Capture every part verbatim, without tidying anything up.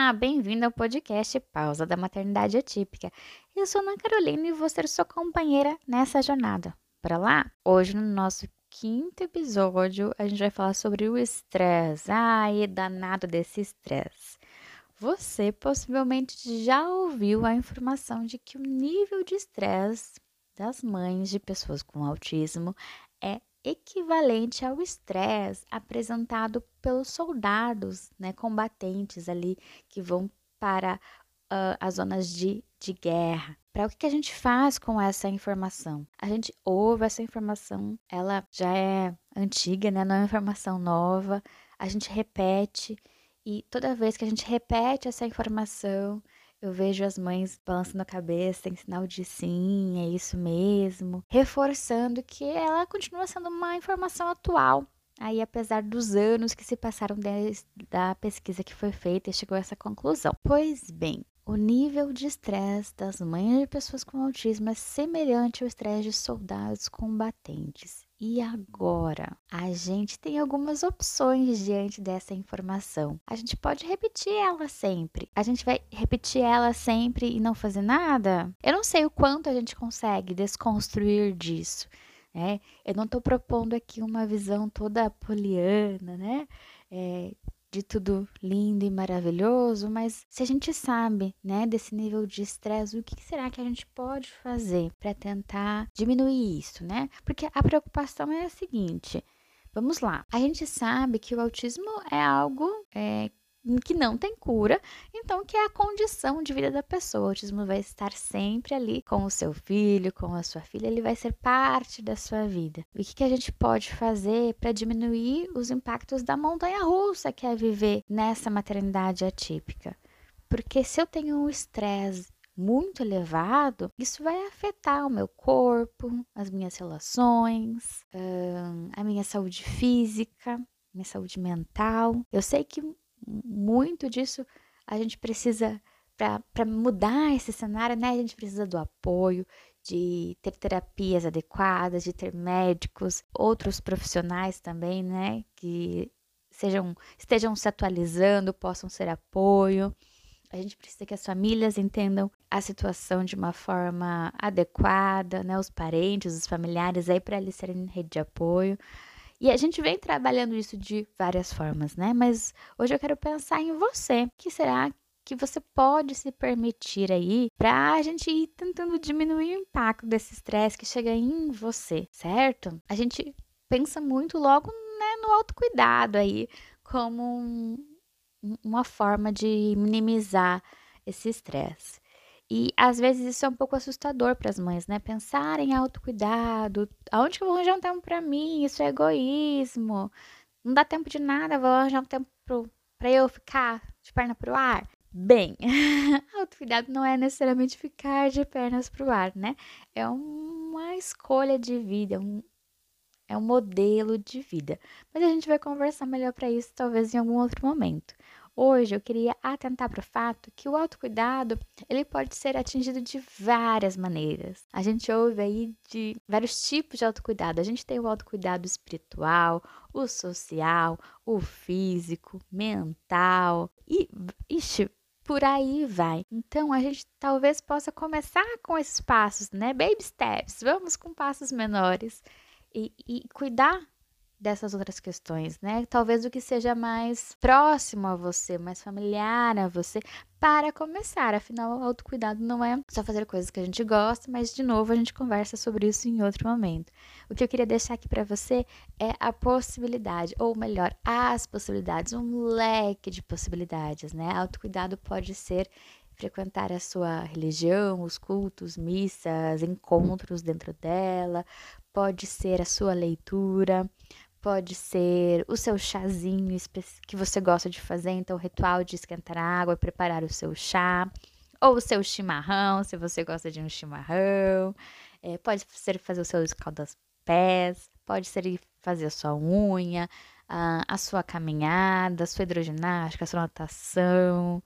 Olá, bem-vindo ao podcast Pausa da Maternidade Atípica. Eu sou Ana Carolina e vou ser sua companheira nessa jornada. Bora lá? Hoje, no nosso quinto episódio, a gente vai falar sobre o estresse. Ai, danado desse estresse. Você possivelmente já ouviu a informação de que o nível de estresse das mães de pessoas com autismo é equivalente ao estresse apresentado pelos soldados, né, combatentes ali que vão para uh, as zonas de, de guerra. Para o que, que a gente faz com essa informação? A gente ouve essa informação, ela já é antiga, né, não é uma informação nova, a gente repete e toda vez que a gente repete essa informação, eu vejo as mães balançando a cabeça em sinal de sim, é isso mesmo, reforçando que ela continua sendo uma informação atual. Aí, apesar dos anos que se passaram desde a pesquisa que foi feita e chegou a essa conclusão. Pois bem, o nível de estresse das mães de pessoas com autismo é semelhante ao estresse de soldados combatentes. E agora? A gente tem algumas opções diante dessa informação. A gente pode repetir ela sempre. A gente vai repetir ela sempre e não fazer nada? Eu não sei o quanto a gente consegue desconstruir disso, né? Eu não estou propondo aqui uma visão toda poliana, né? É, de tudo lindo e maravilhoso, mas se a gente sabe, né, desse nível de estresse, o que será que a gente pode fazer para tentar diminuir isso, né? Porque a preocupação é a seguinte, vamos lá, a gente sabe que o autismo é algo é, que não tem cura, então que é a condição de vida da pessoa. O autismo vai estar sempre ali com o seu filho, com a sua filha, ele vai ser parte da sua vida. E o que, que a gente pode fazer para diminuir os impactos da montanha-russa que é viver nessa maternidade atípica? Porque se eu tenho um estresse muito elevado, isso vai afetar o meu corpo, as minhas relações, a minha saúde física, minha saúde mental. Eu sei que muito disso a gente precisa, para mudar esse cenário, né? A gente precisa do apoio, de ter terapias adequadas, de ter médicos, outros profissionais também, né? Que sejam, estejam se atualizando, possam ser apoio. A gente precisa que as famílias entendam a situação de uma forma adequada, né? Os parentes, os familiares aí para eles serem rede de apoio. E a gente vem trabalhando isso de várias formas, né? Mas hoje eu quero pensar em você. O que será que você pode se permitir aí para a gente ir tentando diminuir o impacto desse estresse que chega em você, certo? A gente pensa muito logo, né, no autocuidado aí, como um, uma forma de minimizar esse estresse. E às vezes isso é um pouco assustador para as mães, né? Pensar em autocuidado, aonde que eu vou arranjar um tempo para mim? Isso é egoísmo. Não dá tempo de nada, vou arranjar um tempo para eu ficar de perna pro ar. Bem, autocuidado não é necessariamente ficar de pernas pro ar, né? É uma escolha de vida, um, é um modelo de vida. Mas a gente vai conversar melhor para isso talvez em algum outro momento. Hoje eu queria atentar para o fato que o autocuidado, ele pode ser atingido de várias maneiras. A gente ouve aí de vários tipos de autocuidado. A gente tem o autocuidado espiritual, o social, o físico, mental e, ixi, por aí vai. Então a gente talvez possa começar com esses passos, né? Baby steps. Vamos com passos menores e, e cuidar dessas outras questões, né? Talvez o que seja mais próximo a você, mais familiar a você, para começar. Afinal, o autocuidado não é só fazer coisas que a gente gosta, mas de novo a gente conversa sobre isso em outro momento. O que eu queria deixar aqui para você é a possibilidade, ou melhor, as possibilidades, um leque de possibilidades, né? Autocuidado pode ser frequentar a sua religião, os cultos, missas, encontros dentro dela, pode ser a sua leitura, pode ser o seu chazinho que você gosta de fazer, então o ritual de esquentar a água e preparar o seu chá, ou o seu chimarrão, se você gosta de um chimarrão, é, pode ser fazer o seu escalda-pés, pode ser fazer a sua unha, a, a sua caminhada, a sua hidroginástica, a sua natação,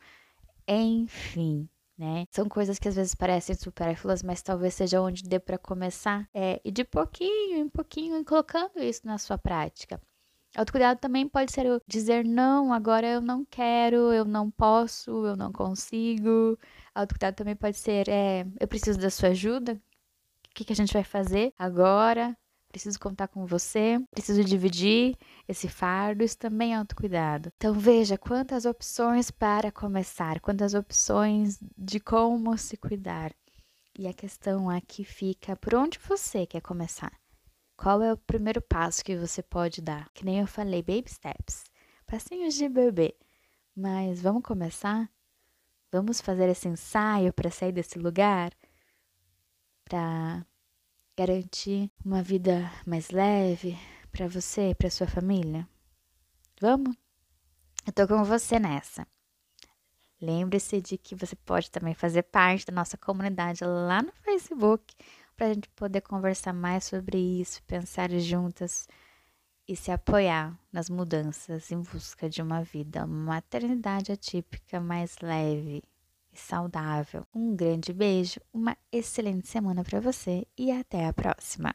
enfim. Né? São coisas que às vezes parecem supérfluas, mas talvez seja onde dê para começar. É, e de pouquinho em pouquinho, colocando isso na sua prática. Autocuidado também pode ser o dizer não, agora eu não quero, eu não posso, eu não consigo. Autocuidado também pode ser, é, eu preciso da sua ajuda. O que que a gente vai fazer agora? Preciso contar com você, preciso dividir esse fardo, isso também é autocuidado. Então veja quantas opções para começar, quantas opções de como se cuidar. E a questão aqui fica, por onde você quer começar? Qual é o primeiro passo que você pode dar? Que nem eu falei, baby steps, passinhos de bebê. Mas vamos começar? Vamos fazer esse ensaio para sair desse lugar? Para garantir uma vida mais leve para você e para sua família? Vamos? Eu tô com você nessa. Lembre-se de que você pode também fazer parte da nossa comunidade lá no Facebook para a gente poder conversar mais sobre isso, pensar juntas e se apoiar nas mudanças em busca de uma vida, uma maternidade atípica mais leve e saudável. Um grande beijo, uma excelente semana para você e até a próxima!